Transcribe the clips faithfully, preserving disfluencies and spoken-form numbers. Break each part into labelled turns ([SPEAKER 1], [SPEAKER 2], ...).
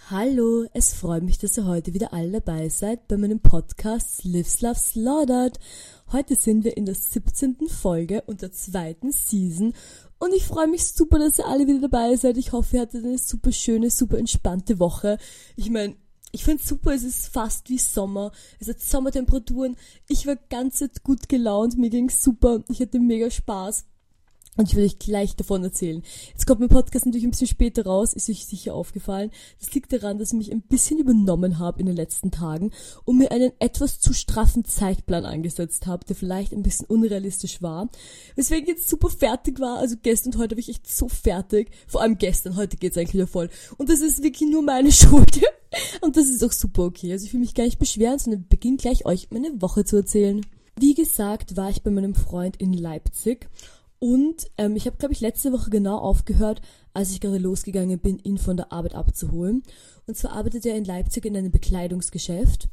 [SPEAKER 1] Hallo, es freut mich, dass ihr heute wieder alle dabei seid bei meinem Podcast Lives, Love, Slaughtered. Heute sind wir in der siebzehnten Folge und der zweiten Season und ich freue mich super, dass ihr alle wieder dabei seid. Ich hoffe, ihr hattet eine super schöne, super entspannte Woche. Ich meine, ich finde es super, es ist fast wie Sommer, es hat Sommertemperaturen. Ich war ganz gut gelaunt, mir ging's super, ich hatte mega Spaß. Und ich will euch gleich davon erzählen. Jetzt kommt mein Podcast natürlich ein bisschen später raus, ist euch sicher aufgefallen. Das liegt daran, dass ich mich ein bisschen übernommen habe in den letzten Tagen und mir einen etwas zu straffen Zeitplan angesetzt habe, der vielleicht ein bisschen unrealistisch war. Weswegen ich jetzt super fertig war, also gestern und heute war ich echt so fertig. Vor allem gestern, heute geht's eigentlich wieder voll. Und das ist wirklich nur meine Schuld. Und das ist auch super okay. Also ich will mich gar nicht beschweren, sondern beginne gleich euch meine Woche zu erzählen. Wie gesagt, war ich bei meinem Freund in Leipzig. Und ähm, ich habe, glaube ich, letzte Woche genau aufgehört, als ich gerade losgegangen bin, ihn von der Arbeit abzuholen. Und zwar arbeitet er in Leipzig in einem Bekleidungsgeschäft.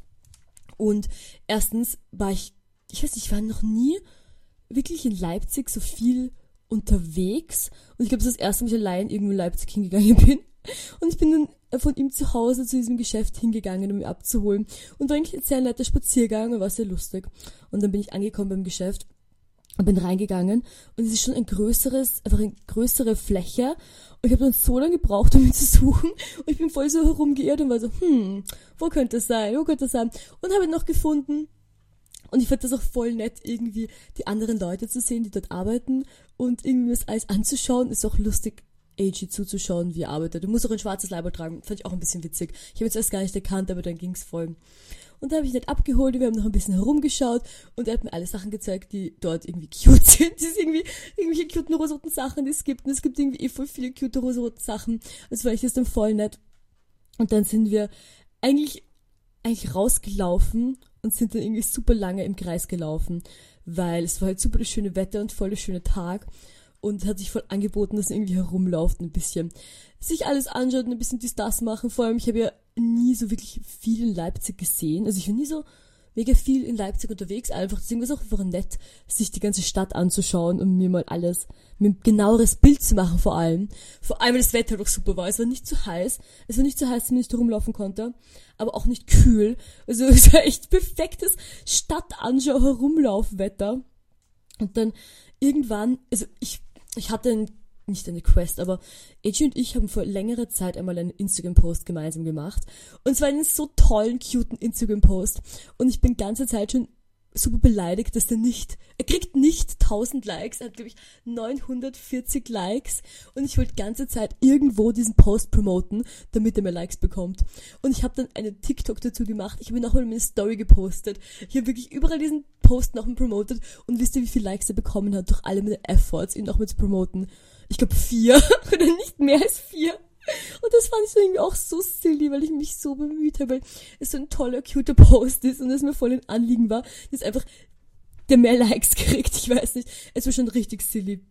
[SPEAKER 1] Und erstens war ich, ich weiß nicht, ich war noch nie wirklich in Leipzig so viel unterwegs. Und ich glaube, das ist das erste Mal, dass ich allein irgendwo in Leipzig hingegangen bin. Und ich bin dann von ihm zu Hause zu diesem Geschäft hingegangen, um ihn abzuholen. Und war eigentlich ein sehr netter Spaziergang und war sehr lustig. Und dann bin ich angekommen beim Geschäft. Und bin reingegangen und es ist schon ein größeres, einfach eine größere Fläche und ich habe dann so lange gebraucht, um ihn zu suchen und ich bin voll so herumgeirrt und war so, hm, wo könnte es sein, wo könnte es sein und habe ihn noch gefunden und ich fand das auch voll nett, irgendwie die anderen Leute zu sehen, die dort arbeiten und irgendwie das alles anzuschauen, ist auch lustig, A G zuzuschauen, wie er arbeitet. Du musst auch ein schwarzes Leiberl tragen, fand ich auch ein bisschen witzig. Ich habe jetzt erst gar nicht erkannt, aber dann ging's voll. Und da habe ich nicht abgeholt, wir haben noch ein bisschen herumgeschaut und er hat mir alle Sachen gezeigt, die dort irgendwie cute sind. Das ist irgendwie irgendwelche cute rosaroten Sachen, die es gibt. Und es gibt irgendwie eh voll viele cute rosaroten Sachen. Das war ich das dann voll nett. Und dann sind wir eigentlich, eigentlich rausgelaufen und sind dann irgendwie super lange im Kreis gelaufen, weil es war halt super das schöne Wetter und voll der schöne Tag. Und hat sich voll angeboten, dass er irgendwie herumlauft und ein bisschen sich alles anschaut und ein bisschen dies, das machen. Vor allem, ich habe ja nie so wirklich viel in Leipzig gesehen. Also ich war nie so mega viel in Leipzig unterwegs. Einfach, deswegen war es auch einfach nett, sich die ganze Stadt anzuschauen und mir mal alles, mir ein genaueres Bild zu machen vor allem. Vor allem, weil das Wetter doch super war. Es war nicht zu heiß. Es war nicht zu heiß, dass man nicht rumlaufen konnte. Aber auch nicht kühl. Also es war echt perfektes Stadtanschau, Herumlaufwetter. Und dann irgendwann, also ich Ich hatte ein, nicht eine Quest, aber A G und ich haben vor längerer Zeit einmal einen Instagram-Post gemeinsam gemacht. Und zwar einen so tollen, cuten Instagram-Post. Und ich bin ganze Zeit schon super beleidigt, dass der nicht, er kriegt nicht tausend Likes, er hat, glaube ich, neunhundertvierzig Likes. Und ich wollte ganze Zeit irgendwo diesen Post promoten, damit er mehr Likes bekommt. Und ich habe dann einen TikTok dazu gemacht. Ich habe nochmal meine Story gepostet. Ich habe wirklich überall diesen Post nochmal promotet. Und wisst ihr, wie viele Likes er bekommen hat durch alle meine Efforts, ihn nochmal zu promoten? Ich glaube vier oder nicht mehr als vier. Und das fand ich so irgendwie auch so silly, weil ich mich so bemüht habe, weil es so ein toller, cuter Post ist und es mir voll ein Anliegen war, dass einfach der mehr Likes kriegt. Ich weiß nicht, es war schon richtig silly.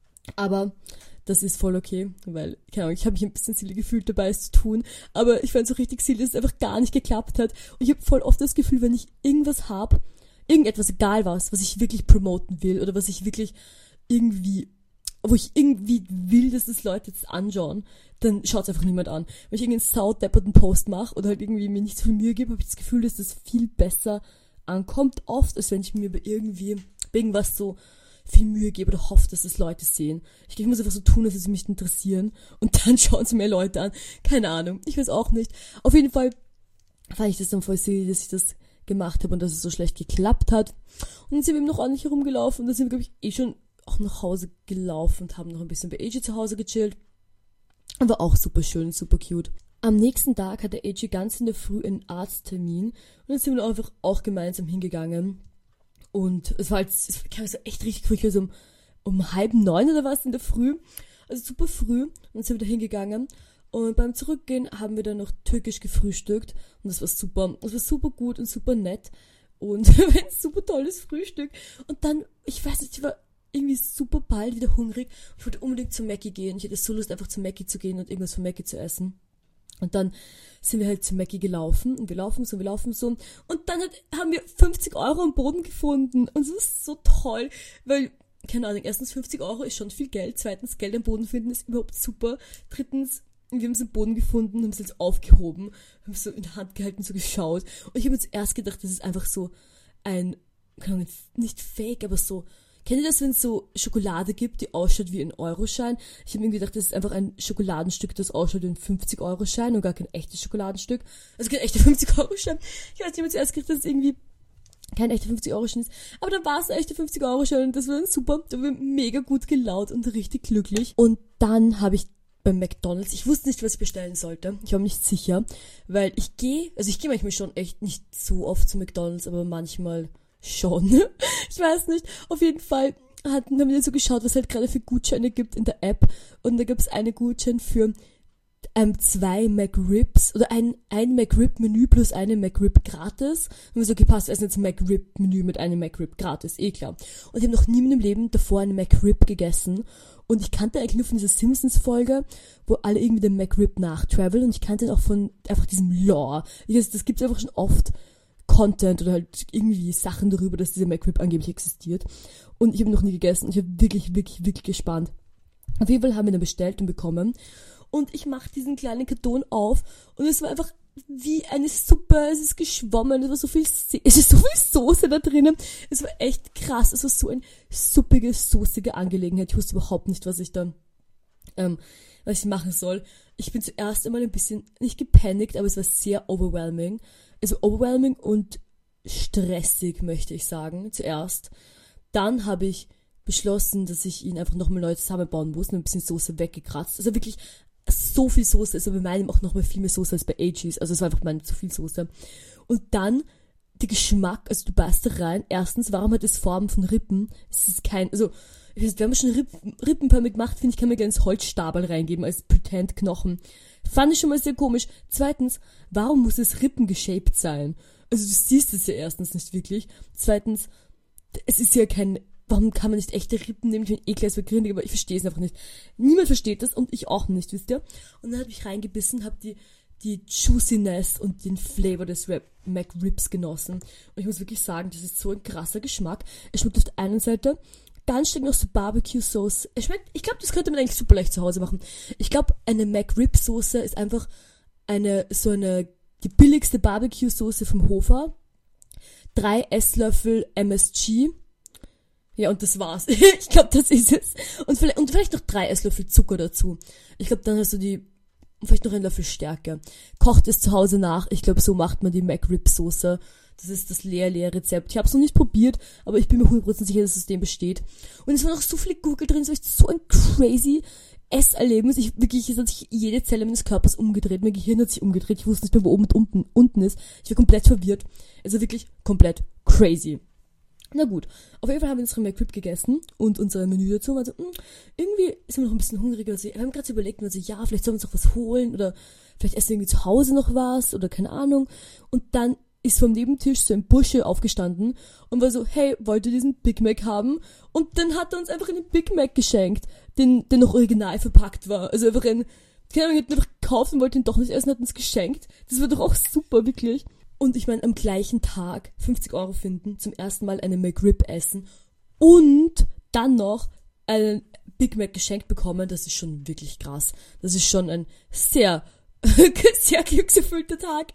[SPEAKER 1] Aber das ist voll okay, weil, keine Ahnung, ich habe mich ein bisschen silly gefühlt dabei, es zu tun, aber ich fand es so richtig silly, dass es einfach gar nicht geklappt hat. Und ich habe voll oft das Gefühl, wenn ich irgendwas habe, irgendetwas, egal was, was ich wirklich promoten will oder was ich wirklich irgendwie wo ich irgendwie will, dass das Leute jetzt anschauen, dann schaut's einfach niemand an. Wenn ich irgendeinen saudepperten Post mache oder halt irgendwie mir nicht so viel Mühe gebe, habe ich das Gefühl, dass das viel besser ankommt oft, als wenn ich mir bei irgendwie bei irgendwas so viel Mühe gebe oder hoffe, dass das Leute sehen. Ich, ich muss einfach so tun, dass sie mich interessieren und dann schauen sie mehr Leute an. Keine Ahnung, ich weiß auch nicht. Auf jeden Fall fand ich das dann voll silly, dass ich das gemacht habe und dass es so schlecht geklappt hat. Und dann sind wir eben noch ordentlich herumgelaufen und da sind wir, glaube ich, eh schon auch nach Hause gelaufen und haben noch ein bisschen bei A G zu Hause gechillt. Und war auch super schön, super cute. Am nächsten Tag hatte A G ganz in der Früh einen Arzttermin und dann sind wir einfach auch gemeinsam hingegangen. Und es war halt, es war so echt richtig früh, also um, um halb neun oder was in der Früh. Also super früh. Und dann sind wir da hingegangen. Und beim Zurückgehen haben wir dann noch türkisch gefrühstückt. Und das war super. Das war super gut und super nett. Und ein super tolles Frühstück. Und dann, ich weiß nicht, ich war irgendwie super bald wieder hungrig. Ich wollte unbedingt zu Mackie gehen. Ich hatte so Lust, einfach zu Mackie zu gehen und irgendwas von Mackie zu essen. Und dann sind wir halt zu Mackie gelaufen. Und wir laufen so, wir laufen so. Und dann hat, haben wir fünfzig Euro am Boden gefunden. Und das ist so toll, weil, keine Ahnung, erstens fünfzig Euro ist schon viel Geld. Zweitens, Geld am Boden finden ist überhaupt super. Drittens, Und wir haben es am Boden gefunden, haben es jetzt aufgehoben, haben es so in der Hand gehalten, so geschaut. Und ich habe mir zuerst gedacht, das ist einfach so ein, keine Ahnung, nicht fake, aber so, kennt ihr das, wenn es so Schokolade gibt, die ausschaut wie ein Euroschein? Ich habe mir gedacht, das ist einfach ein Schokoladenstück, das ausschaut wie ein fünfzig-Euro-Schein und gar kein echtes Schokoladenstück. Also kein echter fünfzig-Euro-Schein. Ich weiß nicht, ich habe mir zuerst gedacht, dass es irgendwie kein echter fünfzig-Euro-Schein ist. Aber dann war es ein echter fünfzig-Euro-Schein und das war dann super. Da war ich mega gut gelaunt und richtig glücklich. Und dann habe ich beim McDonald's, ich wusste nicht, was ich bestellen sollte. Ich war mir nicht sicher, weil ich gehe, also ich gehe manchmal schon echt nicht so oft zu McDonald's, aber manchmal schon. Ich weiß nicht. Auf jeden Fall hatten, haben wir so geschaut, was halt gerade für Gutscheine gibt in der App. Und da gibt es eine Gutschein für ähm, zwei McRibs oder ein, ein McRib-Menü plus eine McRib gratis. Und wir so, okay, passt, wir essen jetzt ein McRib-Menü mit einem McRib gratis, eh klar. Und ich habe noch nie in meinem Leben davor einen McRib gegessen. Und ich kannte eigentlich nur von dieser Simpsons-Folge, wo alle irgendwie den McRib nachtraveln. Und ich kannte ihn auch von einfach diesem Lore. Das, das gibt es einfach schon oft. Content oder halt irgendwie Sachen darüber, dass dieser McRib angeblich existiert. Und ich habe noch nie gegessen. Ich bin wirklich, wirklich, wirklich gespannt. Auf jeden Fall haben wir ihn bestellt und bekommen. Und ich mache diesen kleinen Karton auf und es war einfach wie eine Suppe. Es ist geschwommen. Es war so viel, es ist so viel Soße da drinnen. Es war echt krass. Es war so eine suppige, soßige Angelegenheit. Ich wusste überhaupt nicht, was ich da, ähm, was ich machen soll. Ich bin zuerst einmal ein bisschen, nicht gepanikt, aber es war sehr overwhelming. Also overwhelming und stressig, möchte ich sagen, zuerst. Dann habe ich beschlossen, dass ich ihn einfach nochmal neu zusammenbauen muss, mit ein bisschen Soße weggekratzt. Also wirklich so viel Soße, also bei meinem auch nochmal viel mehr Soße als bei A G's. Also es war einfach meine zu viel Soße. Und dann der Geschmack, also du beißt da rein. Erstens, warum hat es Form von Rippen? Es ist kein, also ich weiß, wenn man schon Rippen, Rippenpermit macht, finde ich, kann man gerne ins Holzstabel reingeben als Pretend-Knochen. Fand ich schon mal sehr komisch. Zweitens, warum muss es rippengeshaped sein? Also du siehst es ja erstens nicht wirklich. Zweitens, es ist ja kein, warum kann man nicht echte Rippen nehmen? Ich bin eh klar, es wird grindig, aber ich verstehe es einfach nicht. Niemand versteht das und ich auch nicht, wisst ihr? Und dann habe ich reingebissen, habe die, die Juiciness und den Flavor des Rap McRibs genossen. Und ich muss wirklich sagen, das ist so ein krasser Geschmack. Es schmeckt auf der einen Seite ganz stark noch so Barbecue-Sauce. Es schmeckt, ich glaube, das könnte man eigentlich super leicht zu Hause machen. Ich glaube, eine McRib-Soße ist einfach eine, so eine, die billigste Barbecue-Soße vom Hofer. Drei Esslöffel M S G. Ja, und das war's. Ich glaube, das ist es. Und vielleicht, und vielleicht noch drei Esslöffel Zucker dazu. Ich glaube, dann hast du die, vielleicht noch einen Löffel Stärke. Kocht es zu Hause nach. Ich glaube, so macht man die McRib-Soße. Das ist das Leer-Leer-Rezept. Ich habe es noch nicht probiert, aber ich bin mir hundert Prozent sicher, dass es dem besteht. Und es war noch so viel Gurke drin, es war echt so ein crazy Esserlebnis. Ich wirklich, es hat sich jede Zelle meines Körpers umgedreht. Mein Gehirn hat sich umgedreht. Ich wusste nicht mehr, wo oben und unten, unten ist. Ich war komplett verwirrt. Also wirklich komplett crazy. Na gut, auf jeden Fall haben wir unsere McRib gegessen und unser Menü dazu. Also, mh, irgendwie sind wir noch ein bisschen hungriger. Also, wir haben gerade so überlegt, also, ja, vielleicht sollen wir uns noch was holen oder vielleicht essen wir irgendwie zu Hause noch was oder keine Ahnung. Und dann ist vom Nebentisch so ein Bursche aufgestanden und war so, hey, wollt ihr diesen Big Mac haben? Und dann hat er uns einfach einen Big Mac geschenkt, den, der noch original verpackt war. Also einfach ein, keine Ahnung, hat ihn einfach gekauft und wollte ihn doch nicht essen, hat uns geschenkt. Das war doch auch super, wirklich. Und ich meine, am gleichen Tag fünfzig Euro finden, zum ersten Mal eine McRib essen und dann noch einen Big Mac geschenkt bekommen, das ist schon wirklich krass. Das ist schon ein sehr, sehr glückserfüllter Tag.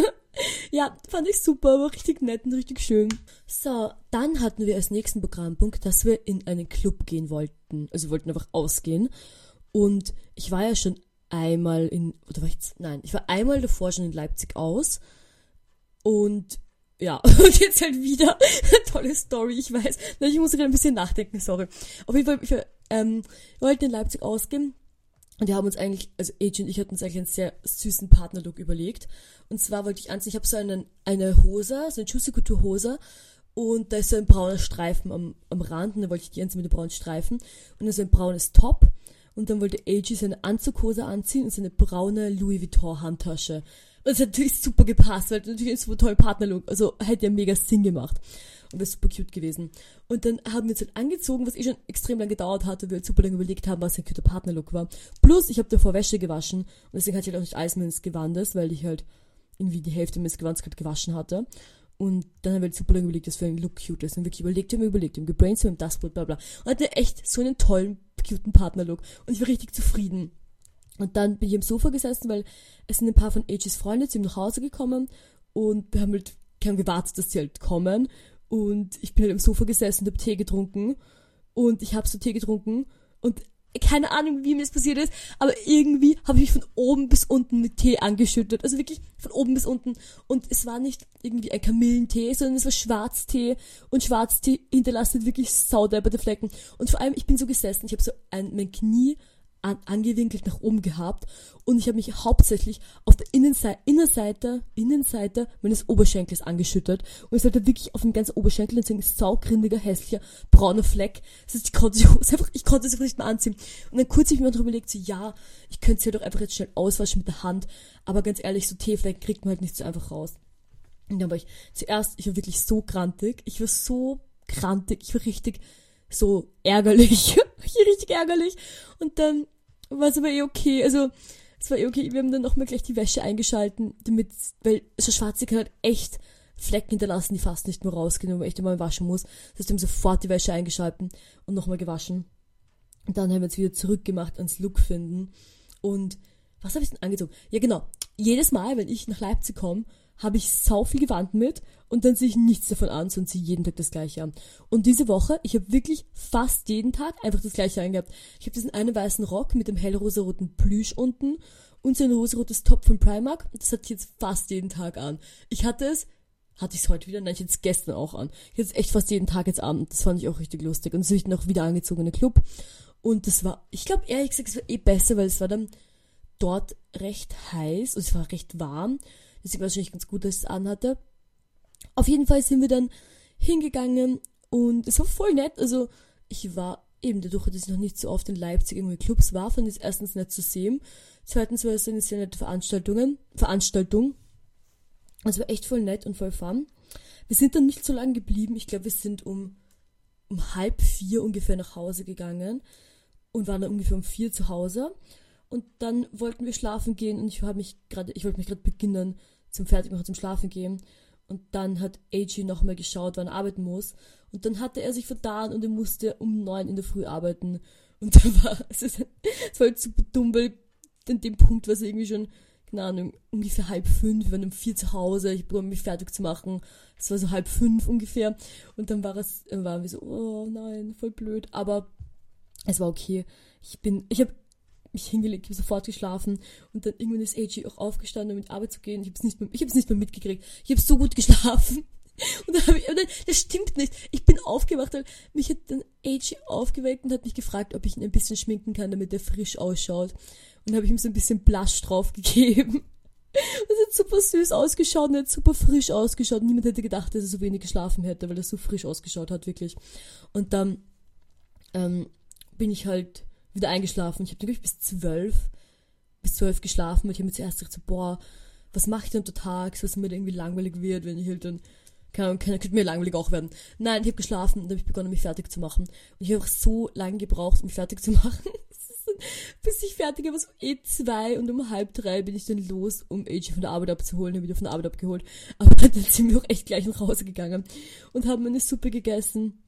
[SPEAKER 1] Ja, fand ich super, war richtig nett und richtig schön. So, dann hatten wir als nächsten Programmpunkt, dass wir in einen Club gehen wollten. Also wir wollten einfach ausgehen. Und ich war ja schon einmal in, oder war ich, nein, ich war einmal davor schon in Leipzig aus. Und ja, und jetzt halt wieder. Tolle Story, ich weiß. Ich muss gerade ein bisschen nachdenken, sorry. Auf jeden Fall, wir ähm, wollten in Leipzig ausgehen. Und wir haben uns eigentlich, also Age und ich hatten uns eigentlich einen sehr süßen Partnerlook überlegt. Und zwar wollte ich anziehen, ich habe so einen, eine Hose, so eine Juicy Couture Hose. Und da ist so ein brauner Streifen am, am Rand. Und da wollte ich die anziehen mit dem braunen Streifen. Und dann so ein braunes Top. Und dann wollte A G seine Anzughose anziehen und seine braune Louis Vuitton Handtasche. Und das hat natürlich super gepasst, weil natürlich ein super toller Partnerlook. Also hätte ja mega Sinn gemacht. Und das ist super cute gewesen. Und dann haben wir uns halt angezogen, was eh schon extrem lang gedauert hatte, weil wir super lange überlegt haben, was ein cuter Partnerlook war. Plus, ich habe davor Wäsche gewaschen. Und deswegen hatte ich halt auch nicht alles meines Gewandes, weil ich halt irgendwie die Hälfte meines Gewands gerade gewaschen hatte. Und dann haben wir halt super lange überlegt, was für ein Look cute ist. Und wirklich überlegt, haben wir überlegt, haben gebrainstormt, das, bla bla bla. Und hatte echt so einen tollen, cuten Partnerlook. Und ich war richtig zufrieden. Und dann bin ich am Sofa gesessen, weil es sind ein paar von A Js Freunde zu ihm nach Hause gekommen und wir haben halt wir haben gewartet, dass sie halt kommen. Und ich bin halt am Sofa gesessen und hab Tee getrunken. Und ich hab so Tee getrunken und keine Ahnung, wie mir das passiert ist, aber irgendwie habe ich mich von oben bis unten mit Tee angeschüttet. Also wirklich von oben bis unten. Und es war nicht irgendwie ein Kamillentee, sondern es war Schwarztee. Und Schwarztee hinterlässt wirklich sauderberte Flecken. Und vor allem, ich bin so gesessen, ich habe so ein, mein Knie an, angewinkelt nach oben gehabt. Und ich habe mich hauptsächlich auf der Innenseite, Innenseite, Innenseite meines Oberschenkels angeschüttet. Und es war da wirklich auf dem ganzen Oberschenkel so ein saugrindiger, hässlicher, brauner Fleck. Das heißt, ich konnte es einfach, ich konnte es einfach nicht mehr anziehen. Und dann kurz habe ich mir darüber überlegt, so, ja, ich könnte es ja doch einfach jetzt schnell auswaschen mit der Hand. Aber ganz ehrlich, so Teeflecken kriegt man halt nicht so einfach raus. Und dann war ich zuerst, ich war wirklich so grantig. Ich war so grantig. Ich war richtig so ärgerlich. Ich war richtig ärgerlich. Und dann war es aber eh okay. Also, es war eh okay. Wir haben dann nochmal gleich die Wäsche eingeschalten, damit, weil so schwarze kann halt echt Flecken hinterlassen, die fast nicht mehr rausgehen, wenn man echt immer waschen muss. Das heißt, wir haben sofort die Wäsche eingeschalten und nochmal gewaschen. Und dann haben wir uns wieder zurückgemacht ans Look finden. Und was habe ich denn angezogen? Ja, genau. Jedes Mal, wenn ich nach Leipzig komme, habe ich sau viel Gewand mit und dann ziehe ich nichts davon an, sondern ziehe jeden Tag das Gleiche an. Und diese Woche, ich habe wirklich fast jeden Tag einfach das Gleiche angehabt. Ich habe diesen einen weißen Rock mit dem hellrosaroten Plüsch unten und so ein rosarotes Top von Primark. Das hatte ich jetzt fast jeden Tag an. Ich hatte es, hatte ich es heute wieder? Nein, ich hatte es gestern auch an. Ich hatte es echt fast jeden Tag jetzt an und das fand ich auch richtig lustig. Und das habe ich dann auch wieder angezogen in den Club. Und das war, ich glaube ehrlich gesagt, es war eh besser, weil es war dann dort recht heiß und es war recht warm. Deswegen war es wahrscheinlich ganz gut, dass ich es anhatte. Auf jeden Fall sind wir dann hingegangen und es war voll nett. Also ich war eben dadurch, dass ich noch nicht so oft in Leipzig irgendwie Clubs war, fand ich es erstens nett zu sehen. Zweitens war es eine sehr nette Veranstaltung. Veranstaltung. Es war echt voll nett und voll fun. Wir sind dann nicht so lange geblieben. Ich glaube, wir sind um, um halb vier ungefähr nach Hause gegangen und waren dann ungefähr um vier zu Hause. Und dann wollten wir schlafen gehen und ich habe mich gerade, ich wollte mich gerade beginnen zum Fertigmachen, zum Schlafen gehen. Und dann hat A J nochmal geschaut, wann er arbeiten muss. Und dann hatte er sich vertan und er musste um neun in der Früh arbeiten. Und da war, es ist, es war halt super dumm, weil an dem Punkt war es irgendwie schon, keine Ahnung, ungefähr halb fünf, wir waren um vier zu Hause, ich probiere mich fertig zu machen. Es war so halb fünf ungefähr. Und dann war es, dann waren wir so, oh nein, voll blöd. Aber es war okay. Ich bin, ich habe mich hingelegt, ich habe sofort geschlafen und dann irgendwann ist A J auch aufgestanden, um in die Arbeit zu gehen. Ich habe es nicht mehr, ich habe es nicht mehr mitgekriegt. Ich habe so gut geschlafen. Und dann habe ich, und dann, das stimmt nicht. Ich bin aufgewacht, weil mich hat dann A J aufgeweckt und hat mich gefragt, ob ich ihn ein bisschen schminken kann, damit er frisch ausschaut. Und dann habe ich ihm so ein bisschen Blush drauf gegeben. Das hat super süß ausgeschaut und er hat super frisch ausgeschaut. Niemand hätte gedacht, dass er so wenig geschlafen hätte, weil er so frisch ausgeschaut hat, wirklich. Und dann ähm, bin ich halt wieder eingeschlafen. Ich habe dann, glaube ich, bis zwölf, bis zwölf geschlafen, weil ich habe mir zuerst gedacht, so, boah, was mache ich denn untertags, was mir da irgendwie langweilig wird, wenn ich halt dann, keine Ahnung, könnte mir langweilig auch werden. Nein, ich habe geschlafen und dann habe ich begonnen, mich fertig zu machen. Und ich habe auch so lange gebraucht, um mich fertig zu machen. Bis ich fertig war, so eh zwei und um halb drei bin ich dann los, um A J von der Arbeit abzuholen, habe wieder von der Arbeit abgeholt. Aber dann sind wir auch echt gleich nach Hause gegangen und haben eine Suppe gegessen.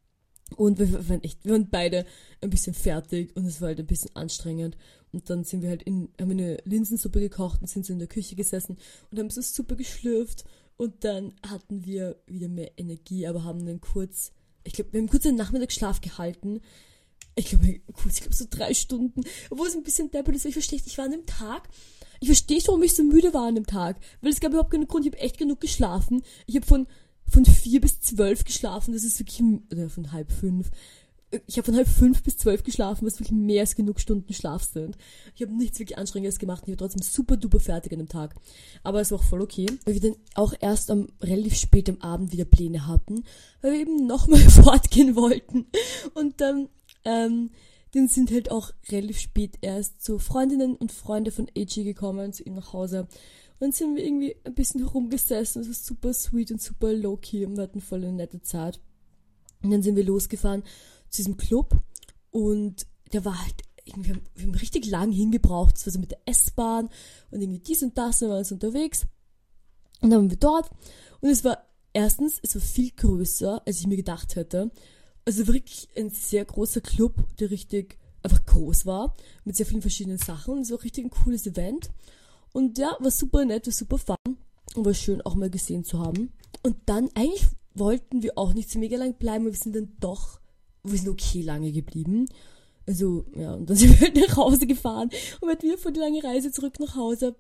[SPEAKER 1] Und wir waren echt, wir waren beide ein bisschen fertig und es war halt ein bisschen anstrengend. Und dann sind wir halt in, haben wir eine Linsensuppe gekocht und sind so in der Küche gesessen und haben so Suppe geschlürft. Und dann hatten wir wieder mehr Energie, aber haben dann kurz, ich glaube, wir haben kurz einen Nachmittagsschlaf gehalten. Ich glaube, kurz, ich glaube so drei Stunden. Obwohl es ein bisschen deppert ist, ich verstehe ich war an dem Tag, ich verstehe nicht, warum ich so müde war an dem Tag. Weil es gab überhaupt keinen Grund, ich habe echt genug geschlafen. Ich habe von von vier bis zwölf geschlafen, das ist wirklich, oder von halb fünf. Ich habe von halb fünf bis zwölf geschlafen, was wirklich mehr als genug Stunden Schlaf sind. Ich habe nichts wirklich Anstrengendes gemacht und ich war trotzdem super duper fertig an dem Tag. Aber es war auch voll okay, weil wir dann auch erst am relativ spät am Abend wieder Pläne hatten, weil wir eben nochmal fortgehen wollten. Und dann, ähm, dann sind halt auch relativ spät erst so Freundinnen und Freunde von A J gekommen, zu ihm nach Hause. Und dann sind wir irgendwie ein bisschen herumgesessen, es war super sweet und super low-key und wir hatten voll eine nette Zeit. Und dann sind wir losgefahren zu diesem Club und der war halt irgendwie, wir haben richtig lang hingebraucht, es war so mit der S-Bahn und irgendwie dies und das, wir waren so unterwegs. Und dann waren wir dort und es war, erstens, es war viel größer, als ich mir gedacht hätte. Also wirklich ein sehr großer Club, der richtig einfach groß war, mit sehr vielen verschiedenen Sachen und es war richtig ein cooles Event. Und ja, war super nett, war super fun und war schön auch mal gesehen zu haben. Und dann, eigentlich wollten wir auch nicht so mega lang bleiben, aber wir sind dann doch, wir sind okay lange geblieben. Also, ja, und dann sind wir halt nach Hause gefahren und wir hatten wieder vor die lange Reise zurück nach Hause.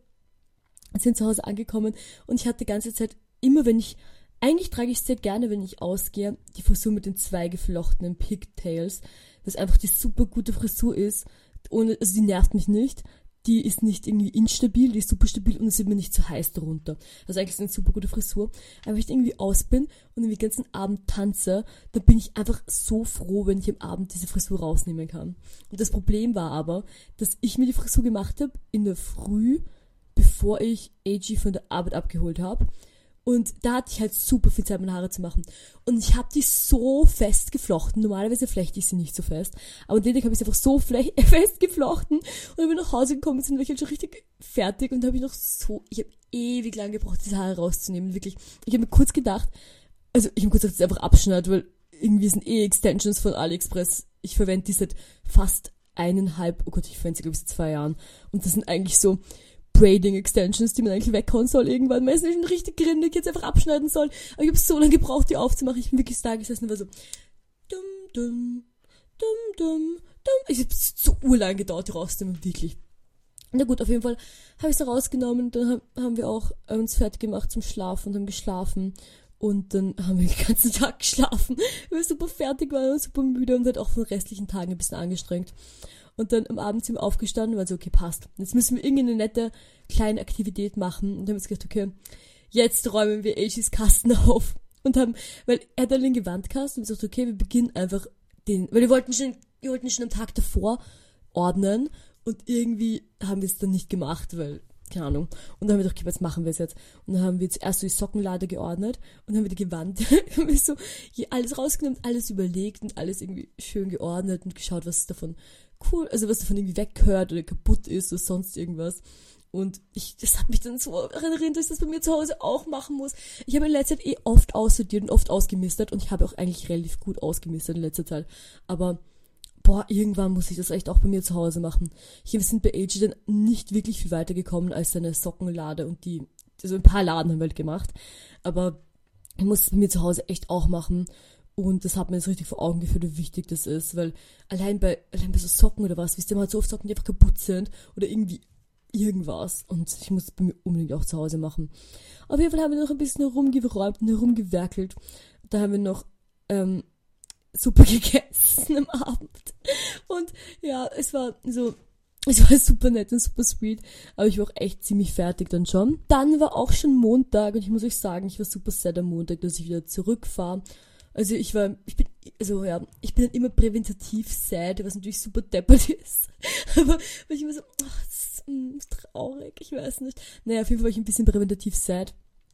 [SPEAKER 1] Sind zu Hause angekommen und ich hatte die ganze Zeit, immer wenn ich, eigentlich trage ich sehr gerne, wenn ich ausgehe, die Frisur mit den zwei geflochtenen Pigtails, was einfach die super gute Frisur ist, ohne, also die nervt mich nicht, die ist nicht irgendwie instabil, die ist super stabil und es wird mir nicht zu heiß darunter. Also eigentlich ist es eine super gute Frisur. Aber wenn ich irgendwie aus bin und den ganzen Abend tanze, dann bin ich einfach so froh, wenn ich am Abend diese Frisur rausnehmen kann. Und das Problem war aber, dass ich mir die Frisur gemacht habe in der Früh, bevor ich A G von der Arbeit abgeholt habe. Und da hatte ich halt super viel Zeit, meine Haare zu machen. Und ich habe die so fest geflochten. Normalerweise flechte ich sie nicht so fest. Aber an dem Tag habe ich sie einfach so fle- fest geflochten. Und dann bin ich nach Hause gekommen, sind wir halt schon richtig fertig. Und da habe ich noch so, ich habe ewig lang gebraucht, diese Haare rauszunehmen. Wirklich. Ich habe mir kurz gedacht, also ich habe kurz gedacht, dass es einfach abschneidet, weil irgendwie sind eh Extensions von AliExpress. Ich verwende die seit fast eineinhalb, oh Gott, ich verwende sie glaube ich seit zwei Jahren. Und das sind eigentlich so Braiding Extensions, die man eigentlich weghauen soll irgendwann. Man ist nicht schon richtig grindig, jetzt einfach abschneiden soll. Aber ich habe so lange gebraucht, die aufzumachen. Ich bin wirklich da gesessen und war so dumm, dumm, dumm, dumm, dumm. Ich habe so urlang gedauert, die rauszunehmen, wirklich. Na gut, auf jeden Fall habe ich es da rausgenommen. Dann haben wir auch uns fertig gemacht zum Schlafen und haben geschlafen. Und dann haben wir den ganzen Tag geschlafen, weil wir super fertig waren und super müde und halt auch von den restlichen Tagen ein bisschen angestrengt. Und dann am Abend sind wir aufgestanden und waren so, okay, passt. Jetzt müssen wir irgendeine nette kleine Aktivität machen. Und dann haben wir uns gedacht, okay, jetzt räumen wir A Gs Kasten auf. Und haben, weil er hat dann den Gewandkasten und wir gesagt, okay, wir beginnen einfach den, weil wir wollten schon, wir wollten schon am Tag davor ordnen. Und irgendwie haben wir es dann nicht gemacht, weil, keine Ahnung. Und dann haben wir gedacht, okay, was machen wir jetzt? Und dann haben wir zuerst so die Sockenlade geordnet und dann haben wir die Gewand, haben wir so alles rausgenommen, alles überlegt und alles irgendwie schön geordnet und geschaut, was davon cool, also was davon irgendwie weggehört oder kaputt ist oder sonst irgendwas. Und ich, das hat mich dann so erinnert, dass ich das bei mir zu Hause auch machen muss. Ich habe in letzter Zeit eh oft aussortiert und oft ausgemistet und ich habe auch eigentlich relativ gut ausgemistet in letzter Zeit. Aber boah, irgendwann muss ich das echt auch bei mir zu Hause machen. Hier, wir sind bei A G dann nicht wirklich viel weitergekommen als seine Sockenlade und die, also ein paar Laden haben wir halt gemacht. Aber ich muss es bei mir zu Hause echt auch machen. Und das hat mir jetzt richtig vor Augen geführt, wie wichtig das ist, weil allein bei, allein bei so Socken oder was, wisst ihr, man hat so oft Socken, die einfach kaputt sind oder irgendwie irgendwas. Und ich muss es bei mir unbedingt auch zu Hause machen. Auf jeden Fall haben wir noch ein bisschen herumgeräumt und herumgewerkelt. Da haben wir noch ähm, Suppe gegessen am Abend. Und ja, es war so, es war super nett und super sweet, aber ich war auch echt ziemlich fertig dann schon. Dann war auch schon Montag und ich muss euch sagen, ich war super sad am Montag, dass ich wieder zurückfahre. Also ich war, ich bin, also ja, ich bin dann immer präventativ sad, was natürlich super deppert ist. Aber weil ich immer so, ach, das ist, mh, ist traurig, ich weiß nicht. Naja, auf jeden Fall war ich ein bisschen präventativ sad.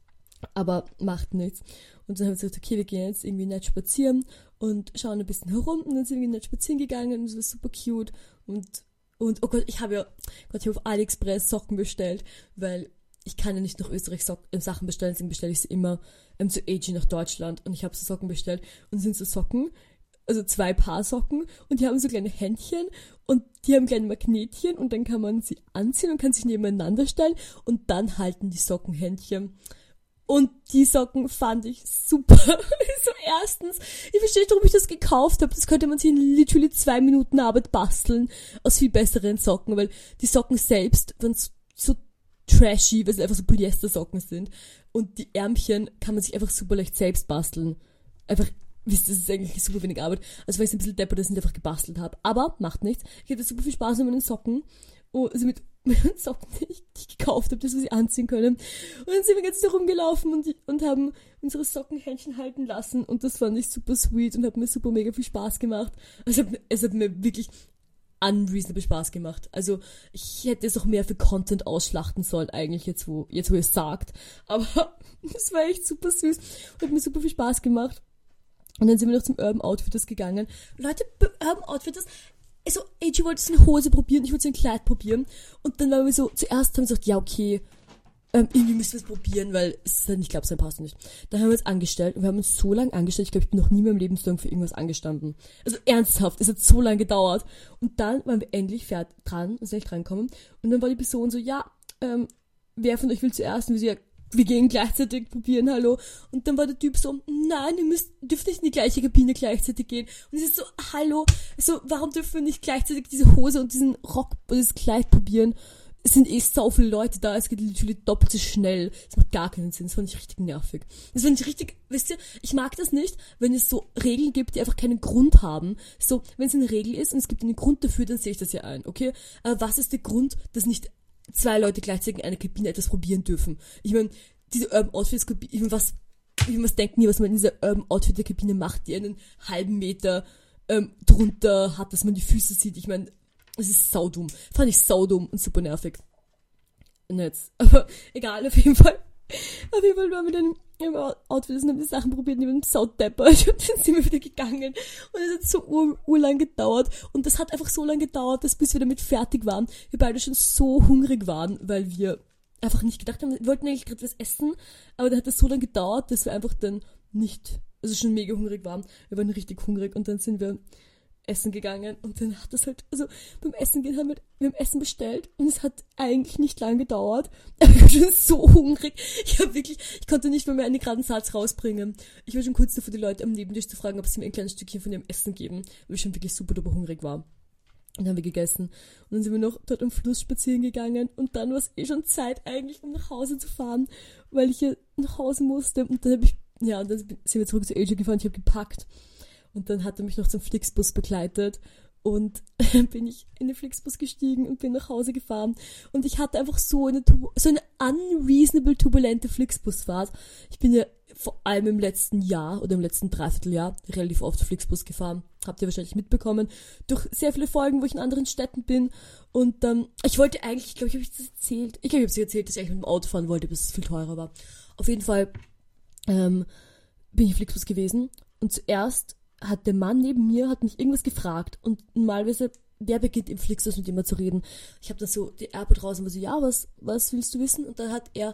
[SPEAKER 1] Aber macht nichts. Und dann haben wir gesagt, okay, wir gehen jetzt irgendwie nett spazieren und schauen ein bisschen herum. Und dann sind wir nett spazieren gegangen und es war super cute. Und, und oh Gott, ich habe ja, Gott, ich habe auf AliExpress Socken bestellt, weil ich kann ja nicht nach Österreich Socken, äh, Sachen bestellen, deswegen bestelle ich sie immer ähm, zu A G nach Deutschland. Und ich habe so Socken bestellt und sind so Socken, also zwei Paar Socken und die haben so kleine Händchen und die haben kleine Magnetchen und dann kann man sie anziehen und kann sich nebeneinander stellen und dann halten die Sockenhändchen. Und die Socken fand ich super. So erstens, ich verstehe nicht, warum ich das gekauft habe. Das könnte man sich in literally zwei Minuten Arbeit basteln aus viel besseren Socken, weil die Socken selbst waren so trashy, weil sie einfach so Polyester-Socken sind. Und die Ärmchen kann man sich einfach super leicht selbst basteln. Einfach, wisst ihr, das ist eigentlich super wenig Arbeit. Also weil ich es ein bisschen deppert, dass ich einfach gebastelt habe. Aber macht nichts. Ich hatte super viel Spaß mit meinen Socken. Oh, also mit mit Socken, die ich, die ich gekauft habe, dass wir sie anziehen können. Und dann sind wir ganz da rumgelaufen und, und haben unsere Sockenhändchen halten lassen und das fand ich super sweet und hat mir super mega viel Spaß gemacht. Also es hat, es hat mir wirklich unreasonable Spaß gemacht. Also ich hätte es auch mehr für Content ausschlachten sollen eigentlich, jetzt wo, jetzt wo ihr es sagt. Aber es war echt super süß und hat mir super viel Spaß gemacht. Und dann sind wir noch zum Urban Outfitters gegangen. Leute, Urban Outfitters, also, A G wollte so eine Hose probieren, ich wollte so ein Kleid probieren. Und dann waren wir so, zuerst haben wir gesagt, ja, okay, ähm, irgendwie müssen wir es probieren, weil es ist halt nicht, ich glaube, sein passt nicht. Dann haben wir uns angestellt und wir haben uns so lange angestellt, ich glaube, ich bin noch nie in meinem Leben so lange für irgendwas angestanden. Also ernsthaft, es hat so lange gedauert. Und dann waren wir endlich fertig dran, sind nicht drankommen. Und dann war die Person so, ja, ähm, wer von euch will zuerst? Und wir so, ja, wir gehen gleichzeitig probieren, hallo. Und dann war der Typ so, nein, ihr müsst, dürft nicht in die gleiche Kabine gleichzeitig gehen. Und sie ist so, hallo, so, warum dürfen wir nicht gleichzeitig diese Hose und diesen Rock und das Kleid probieren? Es sind eh so viele Leute da, es geht natürlich doppelt so schnell. Das macht gar keinen Sinn, das fand ich richtig nervig. Das fand ich richtig, wisst ihr, ich mag das nicht, wenn es so Regeln gibt, die einfach keinen Grund haben. So, wenn es eine Regel ist und es gibt einen Grund dafür, dann sehe ich das ja ein, okay? Aber was ist der Grund, dass nicht zwei Leute gleichzeitig in einer Kabine etwas probieren dürfen? Ich meine, diese Urban Outfits, ich meine, was, ich meine, was denken die, was man in dieser Urban Outfit der Kabine macht, die einen halben Meter ähm, drunter hat, dass man die Füße sieht? Ich meine, es ist saudumm. Fand ich saudumm und super nervig. Und jetzt, aber egal, auf jeden Fall. Auf jeden Fall waren wir dann im Outfit und haben die Sachen probiert, die waren saudeppert. Und dann sind wir wieder gegangen. Und es hat so ur, urlang gedauert. Und das hat einfach so lange gedauert, dass bis wir damit fertig waren, wir beide schon so hungrig waren, weil wir einfach nicht gedacht haben, wir wollten eigentlich gerade was essen, aber dann hat das so lange gedauert, dass wir einfach dann nicht, also schon mega hungrig waren. Wir waren richtig hungrig und dann sind wir essen gegangen und dann hat das halt, also beim Essen gehen haben wir, wir haben Essen bestellt und es hat eigentlich nicht lange gedauert, aber ich war schon so hungrig, ich habe wirklich, ich konnte nicht mehr, mehr einen geraden Satz rausbringen. Ich war schon kurz davor, die Leute am Nebentisch zu fragen, ob sie mir ein kleines Stückchen von ihrem Essen geben, weil ich schon wirklich super duper hungrig war. Und dann haben wir gegessen und dann sind wir noch dort am Fluss spazieren gegangen und dann war es eh schon Zeit eigentlich, um nach Hause zu fahren, weil ich ja nach Hause musste und dann habe ich, ja, und dann sind wir zurück zu A J gefahren, ich habe gepackt. Und dann hat er mich noch zum Flixbus begleitet und bin ich in den Flixbus gestiegen und bin nach Hause gefahren. Und ich hatte einfach so eine, so eine unreasonable turbulente Flixbusfahrt. Ich bin ja vor allem im letzten Jahr oder im letzten Dreivierteljahr relativ oft Flixbus gefahren. Habt ihr wahrscheinlich mitbekommen. Durch sehr viele Folgen, wo ich in anderen Städten bin. Und ähm, ich wollte eigentlich, ich glaube, ich habe das erzählt. Ich glaube, ich habe es erzählt, dass ich eigentlich mit dem Auto fahren wollte, bis es viel teurer war. Auf jeden Fall ähm, bin ich im Flixbus gewesen. Und zuerst hat der Mann neben mir, hat mich irgendwas gefragt und normalerweise, wer beginnt im Flixbus mit jemand zu reden? Ich habe dann so die AirPod raus und war so, ja, was, was willst du wissen? Und dann hat er,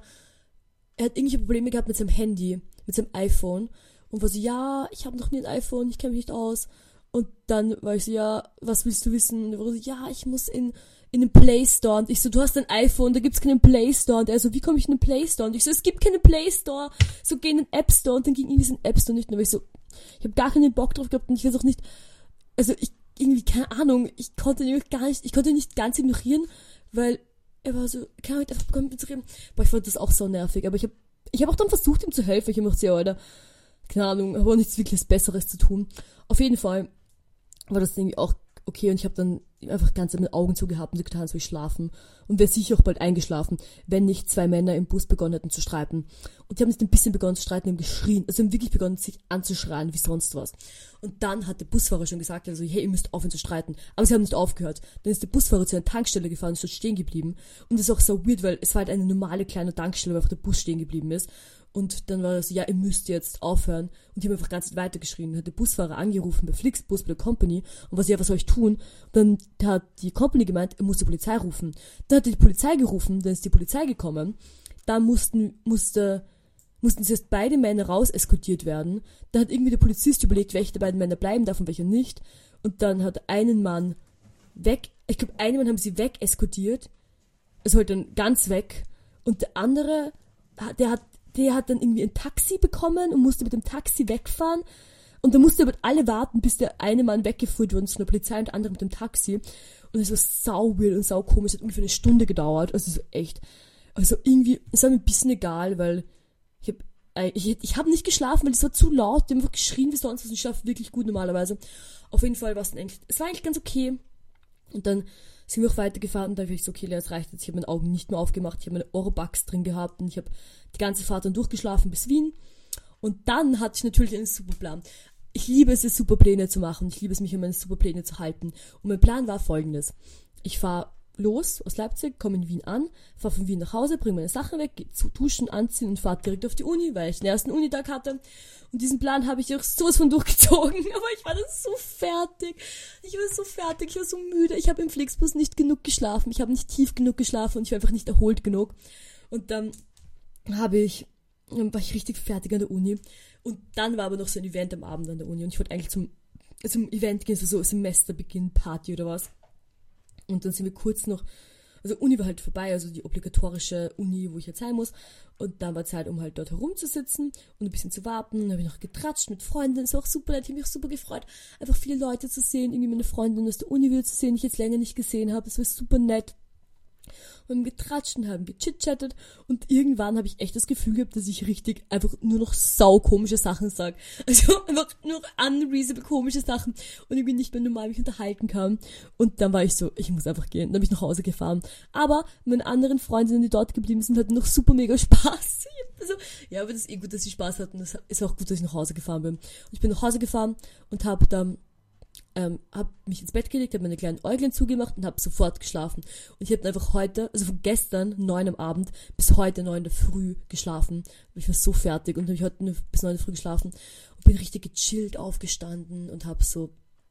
[SPEAKER 1] er hat irgendwelche Probleme gehabt mit seinem Handy, mit seinem iPhone und war so, ja, ich habe noch nie ein iPhone, ich kenne mich nicht aus. Und dann war ich so, ja, was willst du wissen? Und er war so, ja, ich muss in, in den Play Store. Und ich so, du hast ein iPhone, da gibt's keinen Play Store. Und er so, wie komme ich in den Play Store? Und ich so, es gibt keinen Play Store. So, geh in den App Store. Und dann ging irgendwie so ein App Store nicht. Und dann war ich so, ich habe gar keinen Bock drauf gehabt und ich weiß auch nicht, also ich, irgendwie, keine Ahnung, ich konnte ihn gar nicht, ich konnte ihn nicht ganz ignorieren, weil er war so, kann ich einfach bekommen mit zu reden. Boah, ich fand das auch so nervig, aber ich habe ich hab auch dann versucht, ihm zu helfen. Ich habe mir gedacht, ja, Alter, keine Ahnung, habe auch nichts wirklich Besseres zu tun. Auf jeden Fall war das irgendwie auch okay und ich habe dann einfach ganz mit Augen zugehabt und so getan, als würde ich schlafen und wäre sicher auch bald eingeschlafen, wenn nicht zwei Männer im Bus begonnen hätten zu streiten. Und die haben nicht ein bisschen begonnen zu streiten, die haben geschrien, also haben wirklich begonnen, sich anzuschreien, wie sonst was. Und dann hat der Busfahrer schon gesagt, also, hey, ihr müsst aufhören zu streiten. Aber sie haben nicht aufgehört. Dann ist der Busfahrer zu einer Tankstelle gefahren und ist dort stehen geblieben. Und das ist auch so weird, weil es war halt eine normale kleine Tankstelle, weil einfach der Bus stehen geblieben ist. Und dann war das so, ja, ihr müsst jetzt aufhören. Und die haben einfach ganz Zeit weitergeschrien. Dann hat der Busfahrer angerufen bei Flixbus, bei der Company. Und was, ja, was soll ich tun? Und dann hat die Company gemeint, er muss die Polizei rufen. Dann hat er die Polizei gerufen, dann ist die Polizei gekommen. Dann mussten, musste, mussten sie erst beide Männer raus eskortiert werden. Dann hat irgendwie der Polizist überlegt, welche der beiden Männer bleiben darf und welcher nicht. Und dann hat einen Mann weg, ich glaube, einen Mann haben sie weg eskortiert. Also halt dann ganz weg. Und der andere, der hat Der hat dann irgendwie ein Taxi bekommen und musste mit dem Taxi wegfahren. Und dann musste aber alle warten, bis der eine Mann weggeführt wurde von der Polizei und der andere mit dem Taxi. Und es war sau weird und sau komisch. Es hat ungefähr eine Stunde gedauert. Also so echt. Also irgendwie, es war mir ein bisschen egal, weil ich hab, ich, ich hab nicht geschlafen, weil es war zu laut. Die haben einfach geschrien wie sonst was und ich schlafe wirklich gut normalerweise. Auf jeden Fall war es dann eigentlich, es war eigentlich ganz okay. Und dann sind wir auch weitergefahren und da habe ich so, okay, es reicht jetzt. Ich habe meine Augen nicht mehr aufgemacht, ich habe meine Orobugs drin gehabt und ich habe die ganze Fahrt dann durchgeschlafen bis Wien. Und dann hatte ich natürlich einen super Plan. Ich liebe es, super Pläne zu machen. Ich liebe es, mich an meine super Pläne zu halten. Und mein Plan war folgendes. Ich fahre los aus Leipzig, komme in Wien an, fahre von Wien nach Hause, bringe meine Sachen weg, gehe zu duschen, anziehen und fahre direkt auf die Uni, weil ich den ersten Unitag hatte. Und diesen Plan habe ich auch sowas von durchgezogen. Aber ich war dann so fertig. Ich war so fertig, ich war so müde. Ich habe im Flixbus nicht genug geschlafen. Ich habe nicht tief genug geschlafen und ich war einfach nicht erholt genug. Und dann habe ich, war ich richtig fertig an der Uni. Und dann war aber noch so ein Event am Abend an der Uni und ich wollte eigentlich zum, zum Event gehen, so, so Semesterbeginn-Party oder was. Und dann sind wir kurz noch, also Uni war halt vorbei, also die obligatorische Uni, wo ich jetzt sein muss. Und dann war Zeit, um halt dort herumzusitzen und ein bisschen zu warten. Dann habe ich noch getratscht mit Freunden, es war auch super nett, ich habe mich auch super gefreut, einfach viele Leute zu sehen, irgendwie meine Freundin aus der Uni wieder zu sehen, die ich jetzt länger nicht gesehen habe, es war super nett. Wir haben getratscht und haben gechitchattet und irgendwann habe ich echt das Gefühl gehabt, dass ich richtig einfach nur noch saukomische Sachen sage. Also einfach nur noch unreasonable komische Sachen und irgendwie nicht mehr normal mich unterhalten kann. Und dann war ich so, ich muss einfach gehen. Dann bin ich nach Hause gefahren. Aber meine anderen Freundinnen, die dort geblieben sind, hatten noch super mega Spaß. Also, ja, aber das ist eh gut, dass sie Spaß hatten. Es ist auch gut, dass ich nach Hause gefahren bin. Und ich bin nach Hause gefahren und habe dann Ähm, habe mich ins Bett gelegt, habe meine kleinen Äuglein zugemacht und habe sofort geschlafen. Und ich habe einfach heute, also von gestern neun am Abend bis heute neun in der Früh geschlafen. Ich war so fertig und habe ich heute bis neun in der Früh geschlafen und bin richtig gechillt aufgestanden und habe so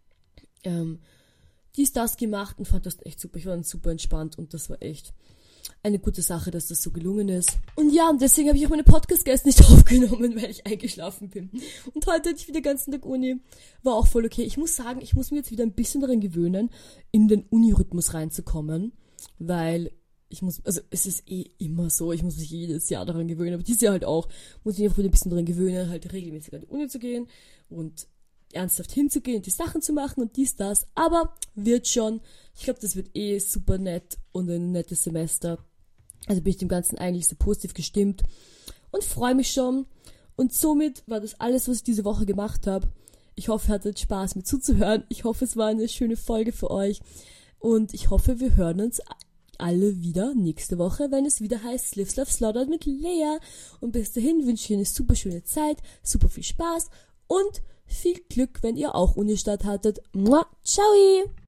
[SPEAKER 1] ähm, dies, das gemacht und fand das echt super. Ich war dann super entspannt und das war echt eine gute Sache, dass das so gelungen ist. Und ja, und deswegen habe ich auch meine Podcast-Gäste nicht aufgenommen, weil ich eingeschlafen bin. Und heute hatte ich wieder den ganzen Tag Uni. War auch voll okay. Ich muss sagen, ich muss mir jetzt wieder ein bisschen daran gewöhnen, in den Uni-Rhythmus reinzukommen, weil ich muss, also es ist eh immer so, ich muss mich jedes Jahr daran gewöhnen, aber dieses Jahr halt auch, muss ich mich auch wieder ein bisschen daran gewöhnen, halt regelmäßig an die Uni zu gehen und ernsthaft hinzugehen und die Sachen zu machen und dies, das, aber wird schon. Ich glaube, das wird eh super nett und ein nettes Semester. Also bin ich dem Ganzen eigentlich sehr positiv gestimmt und freue mich schon. Und somit war das alles, was ich diese Woche gemacht habe. Ich hoffe, ihr hattet Spaß mit zuzuhören. Ich hoffe, es war eine schöne Folge für euch. Und ich hoffe, wir hören uns alle wieder nächste Woche, wenn es wieder heißt Live, Love, Slaughtered mit Lea. Und bis dahin wünsche ich euch eine super schöne Zeit, super viel Spaß und viel Glück, wenn ihr auch Uni-Start hattet. Mua, ciao!